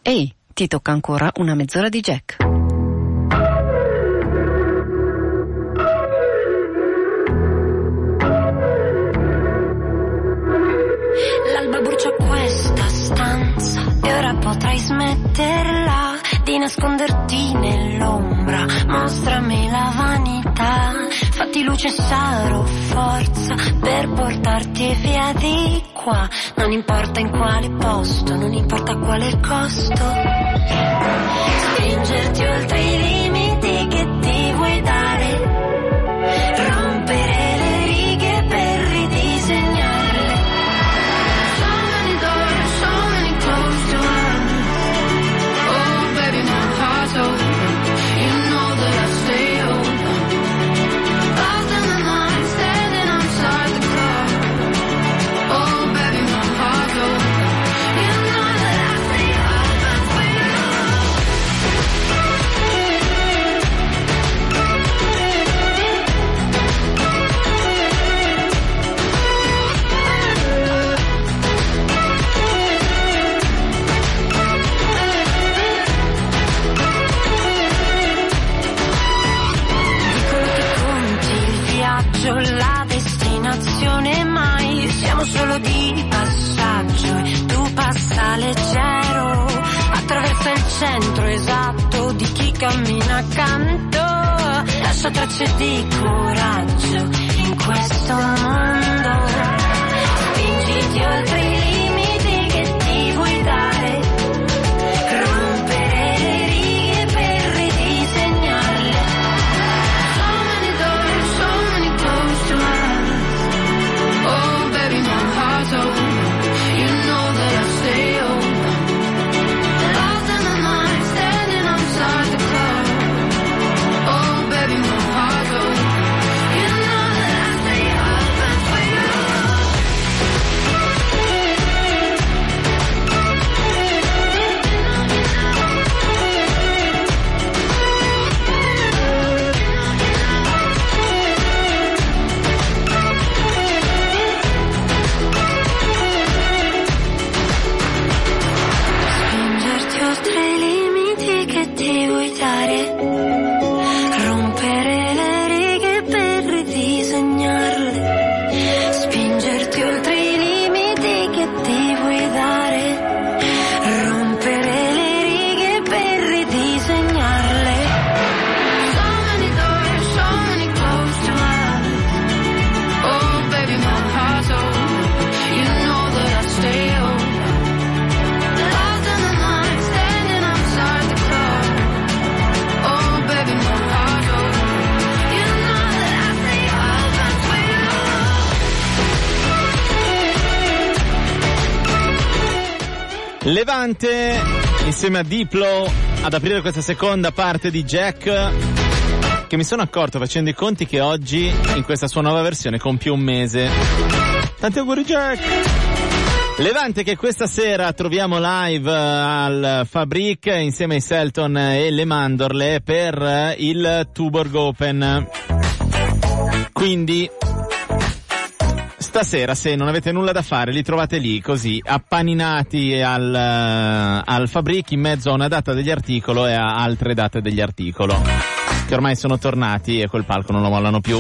Ehi, ti tocca ancora una mezz'ora di Jack. L'alba brucia questa stanza e ora potrai smetterla di nasconderti nell'ombra. Mostrami la vanità, fatti luce, sarò forza per portarti via di qua. Non importa in quale posto, non importa qual è il costo. Spingerti oltre i limiti che ti vuoi dare, rompere le righe per ridisegnarle. So many doors, so many closed doors. Oh baby, my heart's open, you know that I stay open. Lost in the night, standing outside the club. Oh baby, my heart's open, you know that I stay open for you. Dicono che conti il viaggio, la destinazione, mai siamo solo di passaggio e tu passa leggero attraverso il centro esatto di chi cammina accanto. Lascia tracce di coraggio in questo mondo. Spingiti oltre i limiti che ti vuoi dare, rompere le righe per ridisegnarle. So many doors, so many closed doors. Oh baby, my heart's open, you know that I stay open. Lost in the night, standing outside the club. Oh baby, my heart's open, you know that I stay open for you. Spingerti oltre i limiti che ti vuoi dare, rompere le righe per ridisegnarle. Spingerti oltre i limiti che ti vuoi dare, rompere le righe per ridisegnarle. So many doors, so many closed doors. Oh baby, my heart's open, you know that I stay open. Lost in the night, standing outside the club. Oh baby, my heart's open, you know that I stay open for you. Levante insieme a Diplo ad aprire questa seconda parte di Jack, che mi sono accorto facendo i conti che oggi in questa sua nuova versione compie un mese. Tanti auguri Jack! Levante che questa sera troviamo live al Fabric insieme ai Selton e le Mandorle per il Tuborg Open. Quindi stasera, se non avete nulla da fare, li trovate lì così appaninati al Fabric in mezzo a una data degli articolo e a altre date degli articolo che ormai sono tornati e quel palco non lo mollano più.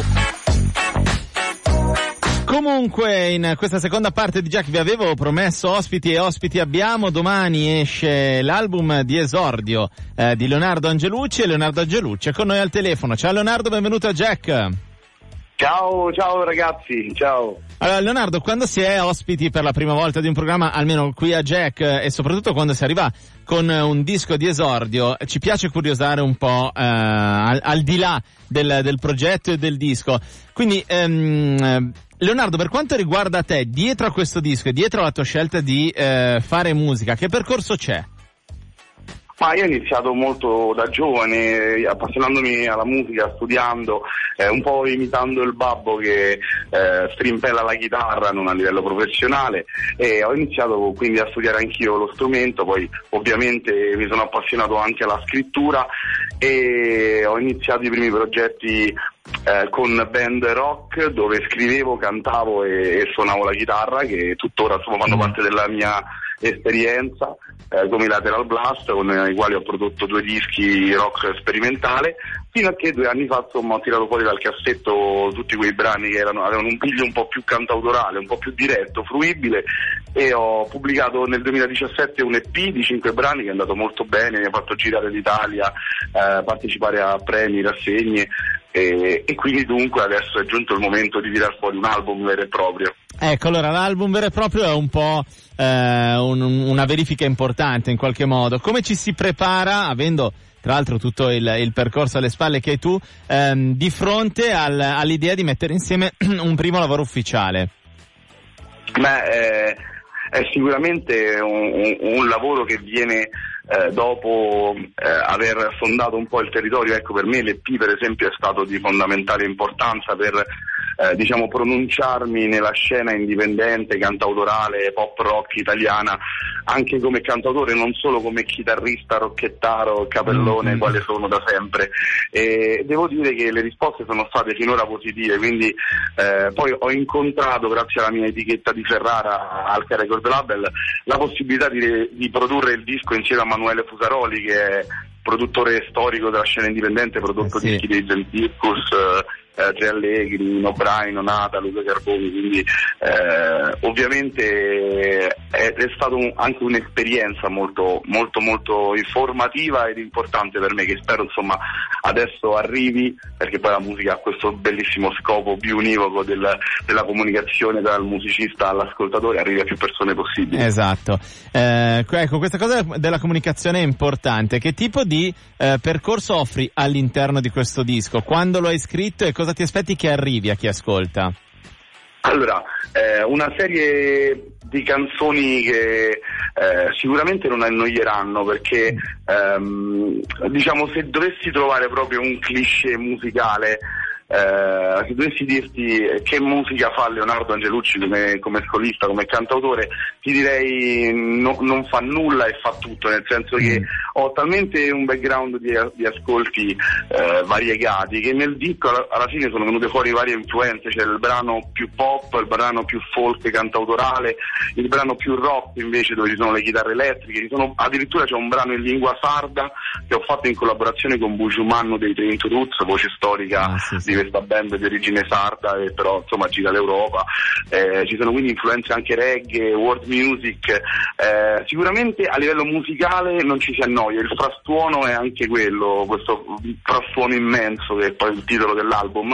Comunque in questa seconda parte di Jack vi avevo promesso ospiti e ospiti abbiamo. Domani esce l'album di esordio di Leonardo Angelucci e Leonardo Angelucci è con noi al telefono. Ciao Leonardo, benvenuto a Jack. Ciao ragazzi, ciao. Allora Leonardo, quando si è ospiti per la prima volta di un programma, almeno qui a Jack, e soprattutto quando si arriva con un disco di esordio, ci piace curiosare un po' al di là del progetto e del disco. Quindi Leonardo, per quanto riguarda te, dietro a questo disco e dietro alla tua scelta di fare musica, che percorso c'è? Ma io ho iniziato molto da giovane, appassionandomi alla musica, studiando, un po' imitando il babbo che strimpella la chitarra, non a livello professionale, e ho iniziato quindi a studiare anch'io lo strumento. Poi ovviamente mi sono appassionato anche alla scrittura e ho iniziato i primi progetti con band rock dove scrivevo, cantavo e suonavo la chitarra, che tuttora fanno parte della mia esperienza, come i Lateral Blast, con i quali ho prodotto 2 dischi rock sperimentale, fino a che 2 anni fa insomma ho tirato fuori dal cassetto tutti quei brani che avevano un piglio un po' più cantautorale, un po' più diretto, fruibile, e ho pubblicato nel 2017 un EP di 5 brani che è andato molto bene, mi ha fatto girare l'Italia, partecipare a premi, rassegne, e quindi dunque adesso è giunto il momento di tirar fuori un album vero e proprio. Ecco, allora l'album vero e proprio è un po' una verifica importante in qualche modo. Come ci si prepara, avendo tra l'altro tutto il percorso alle spalle che hai tu, di fronte all'idea di mettere insieme un primo lavoro ufficiale? Beh, è sicuramente un lavoro che viene dopo aver sondato un po' il territorio. Ecco, per me l'EP per esempio è stato di fondamentale importanza per diciamo pronunciarmi nella scena indipendente, cantautorale, pop rock italiana, anche come cantautore, non solo come chitarrista, rocchettaro, capellone, quale sono da sempre. E devo dire che le risposte sono state finora positive, quindi poi ho incontrato, grazie alla mia etichetta di Ferrara, Alca Record Label, la possibilità di produrre il disco insieme a Manuele Fusaroli, che è produttore storico della scena indipendente, prodotto dischi dei Zen Circus, Tre Allegri, Nino Bryan, Nata, Luca Carboni, quindi ovviamente è stato anche un'esperienza molto molto molto informativa ed importante per me, che spero insomma adesso arrivi, perché poi la musica ha questo bellissimo scopo biunivoco della comunicazione dal musicista all'ascoltatore, arrivi a più persone possibili. Esatto. Ecco, questa cosa della comunicazione è importante. Che tipo di percorso offri all'interno di questo disco? Quando lo hai scritto e cosa ti aspetti che arrivi a chi ascolta? Allora, una serie di canzoni che sicuramente non annoieranno, perché diciamo, se dovessi trovare proprio un cliché musicale, se dovessi dirti che musica fa Leonardo Angelucci come solista, come cantautore, ti direi non fa nulla e fa tutto, nel senso che ho talmente un background di ascolti variegati, che nel disco alla fine sono venute fuori varie influenze. C'è il brano più pop, il brano più folk cantautorale, il brano più rock invece dove ci sono le chitarre elettriche, addirittura c'è un brano in lingua sarda che ho fatto in collaborazione con Bugiumanno dei Train to Roots, voce storica di questa band di origine sarda, e però insomma gira l'Europa. Ci sono quindi influenze anche reggae, world music. Sicuramente a livello musicale non ci si annoia, il frastuono è anche quello, questo frastuono immenso che è poi il titolo dell'album.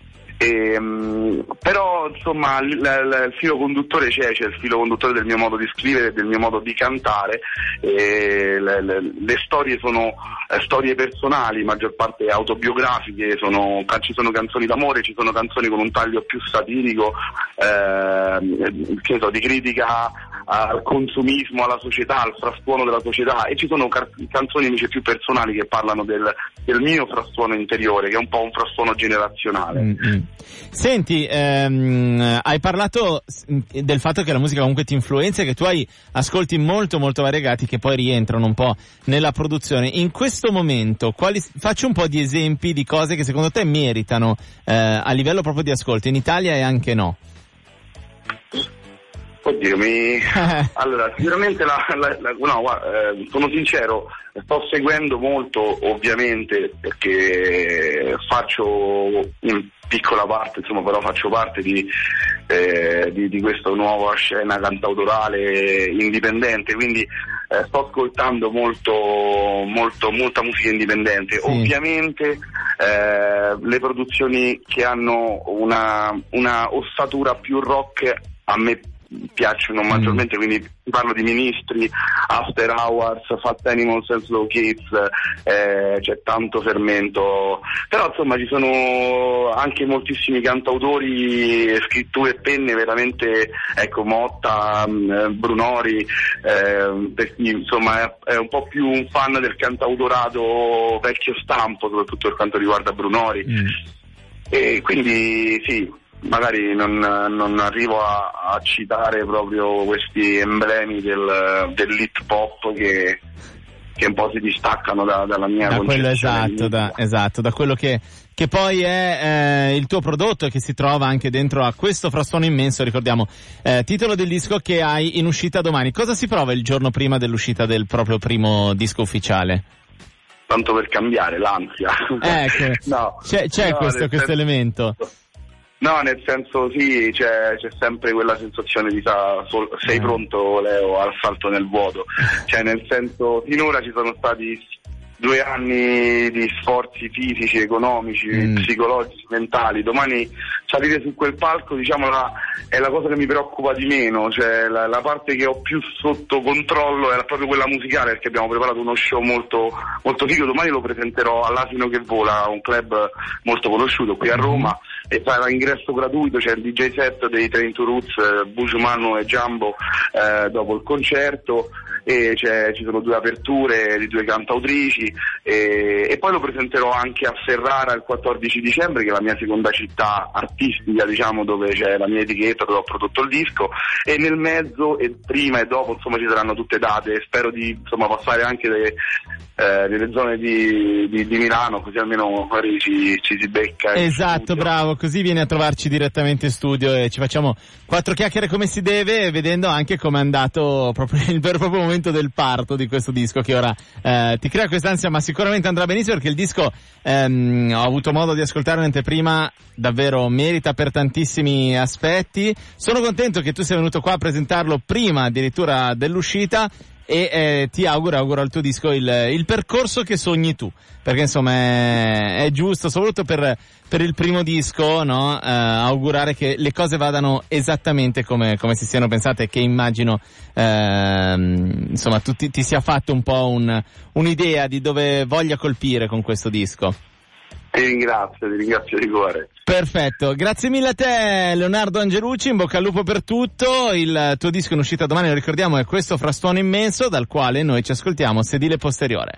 Però insomma il filo conduttore c'è il filo conduttore del mio modo di scrivere, del mio modo di cantare. Le storie sono storie personali, maggior parte autobiografiche, ci sono canzoni d'amore, ci sono canzoni con un taglio più satirico, di critica al consumismo, alla società, al frastuono della società, e ci sono canzoni invece più personali che parlano del mio frastuono interiore, che è un po' un frastuono generazionale. Senti, hai parlato del fatto che la musica comunque ti influenza e che tu hai ascolti molto molto variegati che poi rientrano un po' nella produzione. In questo momento faccio un po' di esempi di cose che secondo te meritano a livello proprio di ascolto in Italia e anche no. Oddio, allora sicuramente sono sincero, sto seguendo molto, ovviamente, perché faccio in piccola parte, insomma, però faccio parte di questa nuova scena cantautorale indipendente, quindi sto ascoltando molta musica indipendente. Sì. Ovviamente le produzioni che hanno una ossatura più rock a me piacciono maggiormente, quindi parlo di Ministri, After Hours, Fat Animals and Slow Kids, c'è tanto fermento, però insomma ci sono anche moltissimi cantautori, scritture e penne veramente, ecco, Motta, Brunori, per chi insomma è un po' più un fan del cantautorato vecchio stampo, soprattutto per quanto riguarda Brunori. E quindi sì, magari non arrivo a citare proprio questi emblemi dell'hip hop che un po' si distaccano dalla mia da quello concezione. esatto, da quello che poi è il tuo prodotto, che si trova anche dentro a questo frastuono immenso, ricordiamo, titolo del disco che hai in uscita domani. Cosa si prova il giorno prima dell'uscita del proprio primo disco ufficiale? Tanto per cambiare, l'ansia. Ecco, no, c'è questo elemento. No, nel senso sì, c'è sempre quella sensazione di sei pronto, Leo, al salto nel vuoto. Cioè, nel senso, finora ci sono stati 2 anni di sforzi fisici, economici, psicologici, mentali. Domani salire su quel palco, diciamo, è la cosa che mi preoccupa di meno, cioè la parte che ho più sotto controllo è proprio quella musicale, perché abbiamo preparato uno show molto, molto figo. Domani lo presenterò all'Asino che Vola, un club molto conosciuto qui a Roma, e sarà ingresso gratuito, c'è il DJ set dei Train to Roots, Buju Mannu e Jumbo dopo il concerto, e ci sono 2 aperture di 2 cantautrici, e poi lo presenterò anche a Ferrara il 14 dicembre, che è la mia seconda città artistica, diciamo, dove c'è la mia etichetta, dove ho prodotto il disco, e nel mezzo e prima e dopo, insomma, ci saranno tutte date. Spero di, insomma, passare anche nelle zone di Milano, così almeno magari ci si becca. Esatto, bravo, così vieni a trovarci direttamente in studio e ci facciamo 4 chiacchiere come si deve, vedendo anche come è andato proprio il vero e proprio momento del parto di questo disco, che ora ti crea quest'ansia, ma sicuramente andrà benissimo, perché il disco ho avuto modo di ascoltare in anteprima, davvero merita per tantissimi aspetti. Sono contento che tu sia venuto qua a presentarlo prima addirittura dell'uscita, e ti auguro al tuo disco il percorso che sogni tu, perché insomma è giusto, soprattutto per il primo disco, no? Augurare che le cose vadano esattamente come si siano pensate, e che immagino insomma tu ti sia fatto un po' un'idea di dove voglia colpire con questo disco. Ti ringrazio di cuore. Perfetto, grazie mille a te Leonardo Angelucci, in bocca al lupo per tutto. Il tuo disco in uscita domani, lo ricordiamo, è questo frastuono immenso, dal quale noi ci ascoltiamo Sedile Posteriore.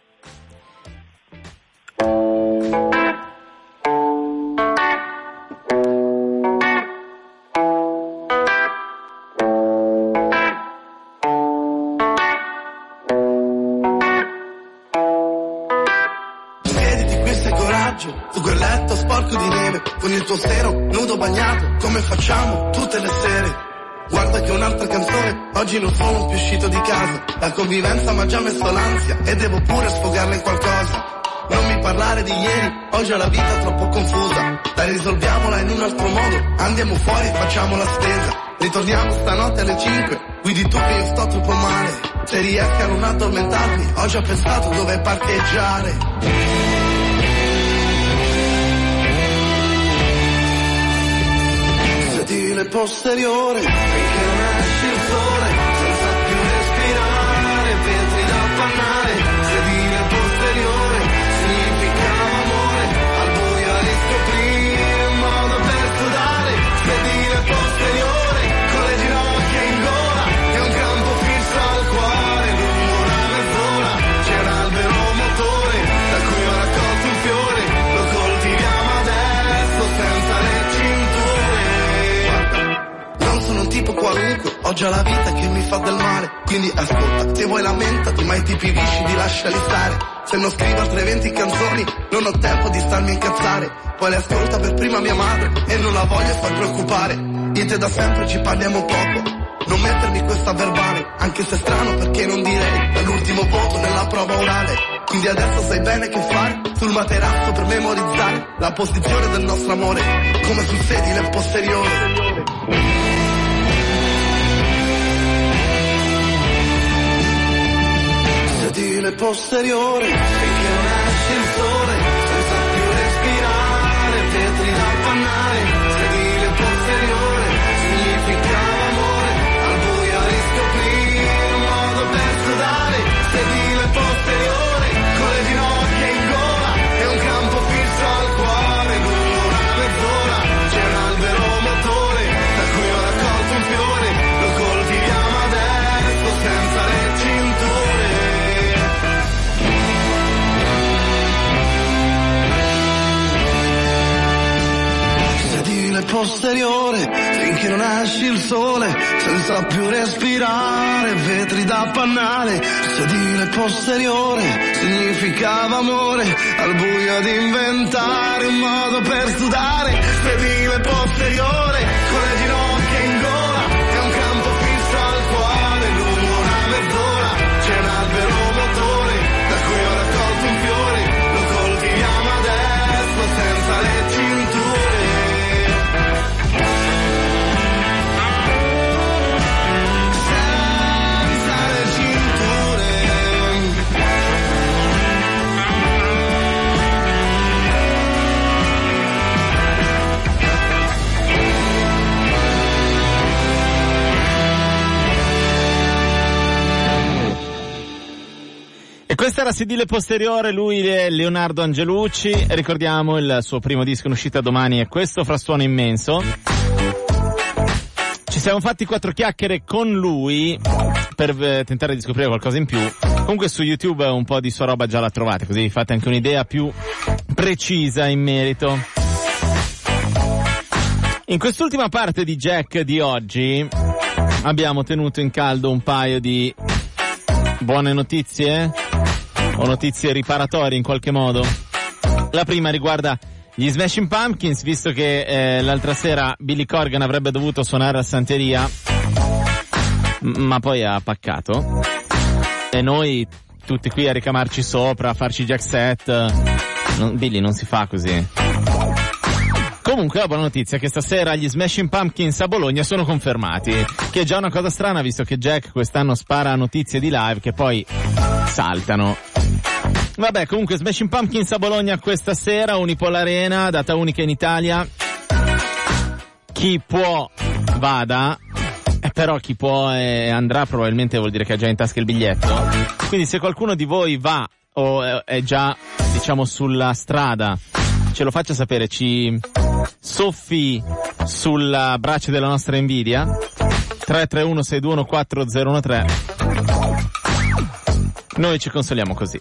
Su quel letto sporco di neve, con il tuo seno nudo bagnato, come facciamo tutte le sere. Guarda che un'altra canzone, oggi non sono più uscito di casa. La convivenza m'ha già messo l'ansia e devo pure sfogarla in qualcosa. Non mi parlare di ieri, oggi ho la vita troppo confusa. Dai, risolviamola in un altro modo, andiamo fuori, facciamo la spesa. Ritorniamo stanotte alle 5, guidi tu che io sto troppo male. Se riesco a non addormentarmi, ho già pensato dove parcheggiare. Sedile posteriore, finché non esce il sole, senza più respirare, vetri da appannare. Sedile posteriore, significava amore, al buio a riscoprire un modo per sudare. Sedile posteriore, con le ginocchia in gola, e un campo fisso al cuore, lungo una mezz'ora. C'è un albero motore, da cui ho raccolto un fiore, lo coltiviamo adesso senza le cinture. Sono un tipo qualunque, ho già la vita che mi fa del male. Quindi ascolta, se vuoi lamentati, ma i tipi viscidi lasciali stare. Se non scrivo altre 20 canzoni, non ho tempo di starmi a incazzare. Poi le ascolta per prima mia madre e non la voglio far preoccupare. Io te da sempre ci parliamo poco, non mettermi questa verbale, anche se è strano perché non direi, dall'ultimo voto nella prova orale. Quindi adesso sai bene che fare, sul materasso per memorizzare la posizione del nostro amore, come sul sedile posteriore. Sedile posteriore, finché non esce il sole, senza più respirare, vetri da appannare. Sedile posteriore, significava amore, al buio a riscoprire un modo per sudare. Sedile posteriore, con le ginocchia in gola, e un campo fisso al cuore, lungo una mezz'ora. C'è un albero motore, da cui ho raccolto un fiore, lo coltiviamo adesso senza le cinture. Sedile posteriore, finché che non esci il sole senza più respirare, vetri da pannale, sedile posteriore, significava amore, al buio di inventare un modo per sudare, sedile posteriore, con le ginocchia in gola, è un campo fisso al quale lungo una mezz'ora, c'è un albero motore, da cui ho raccolto un fiore, lo coltiviamo adesso senza le cinture. E questa era Sedile Posteriore, lui è Leonardo Angelucci, ricordiamo il suo primo disco in uscita domani è questo, Frastuono Immenso. Ci siamo fatti 4 chiacchiere con lui per tentare di scoprire qualcosa in più. Comunque su YouTube un po' di sua roba già la trovate, così vi fate anche un'idea più precisa in merito. In quest'ultima parte di Jack di oggi abbiamo tenuto in caldo un paio di buone notizie o notizie riparatorie in qualche modo. La prima riguarda gli Smashing Pumpkins, visto che l'altra sera Billy Corgan avrebbe dovuto suonare a Santeria, ma poi ha paccato e noi tutti qui a ricamarci sopra, a farci jack set. Billy non si fa così. Comunque la buona notizia è che stasera gli Smashing Pumpkins a Bologna sono confermati, che è già una cosa strana visto che Jack quest'anno spara notizie di live che poi saltano. Vabbè, comunque Smashing Pumpkins a Bologna questa sera, Unipol Arena, data unica in Italia. Chi può vada, però chi può andrà probabilmente vuol dire che ha già in tasca il biglietto. Quindi se qualcuno di voi va o è già, diciamo, sulla strada, ce lo faccia sapere, ci soffi sulla brace della nostra invidia. 331-621-4013. Noi ci consoliamo così.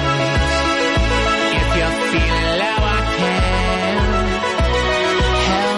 If you're feeling low, I can help.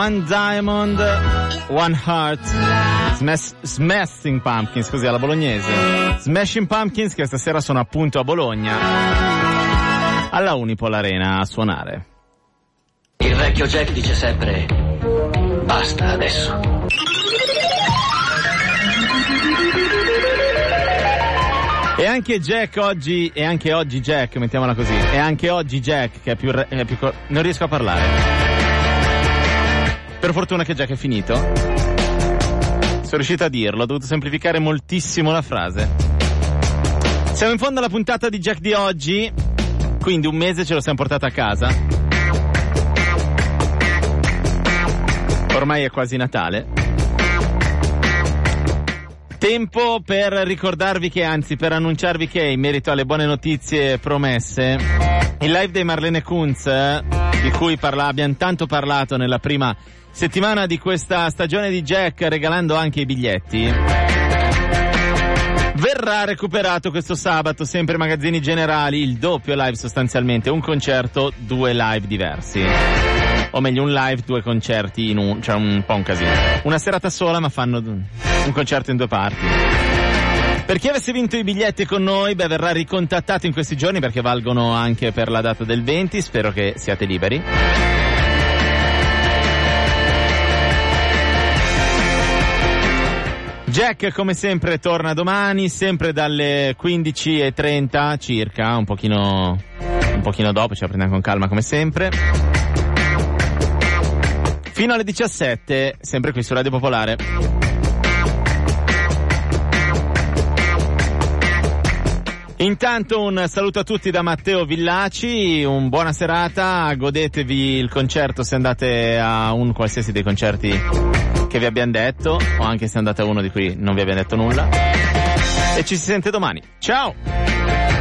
One Diamond, One Heart, Smashing Pumpkins, così alla bolognese. Smashing Pumpkins che stasera sono appunto a Bologna, alla Unipol Arena a suonare. Il vecchio Jack dice sempre: basta adesso. E anche Jack oggi, e anche oggi Jack, mettiamola così, e anche oggi Jack che è più non riesco a parlare. Per fortuna che Jack è finito. Sono riuscito a dirlo, ho dovuto semplificare moltissimo la frase. Siamo in fondo alla puntata di Jack di oggi, quindi un mese ce lo siamo portato a casa. Ormai è quasi Natale. Tempo per ricordarvi che, anzi per annunciarvi che in merito alle buone notizie promesse, il live dei Marlene Kunz, di cui abbiamo tanto parlato nella prima settimana di questa stagione di Jack, regalando anche i biglietti, verrà recuperato questo sabato, sempre Magazzini Generali, il doppio live sostanzialmente, un concerto, 2 live diversi. O meglio, un live, 2 concerti in cioè un po' un casino. Una serata sola, ma fanno un concerto in 2 parti. Per chi avesse vinto i biglietti con noi, verrà ricontattato in questi giorni perché valgono anche per la data del 20. Spero che siate liberi. Jack, come sempre, torna domani, sempre dalle 15:30 circa, un pochino dopo, ce la prendiamo con calma come sempre. Fino alle 17, sempre qui su Radio Popolare. Intanto un saluto a tutti da Matteo Villaci, un buona serata, godetevi il concerto se andate a un qualsiasi dei concerti che vi abbiamo detto, o anche se andate a uno di cui non vi abbiamo detto nulla. E ci si sente domani. Ciao!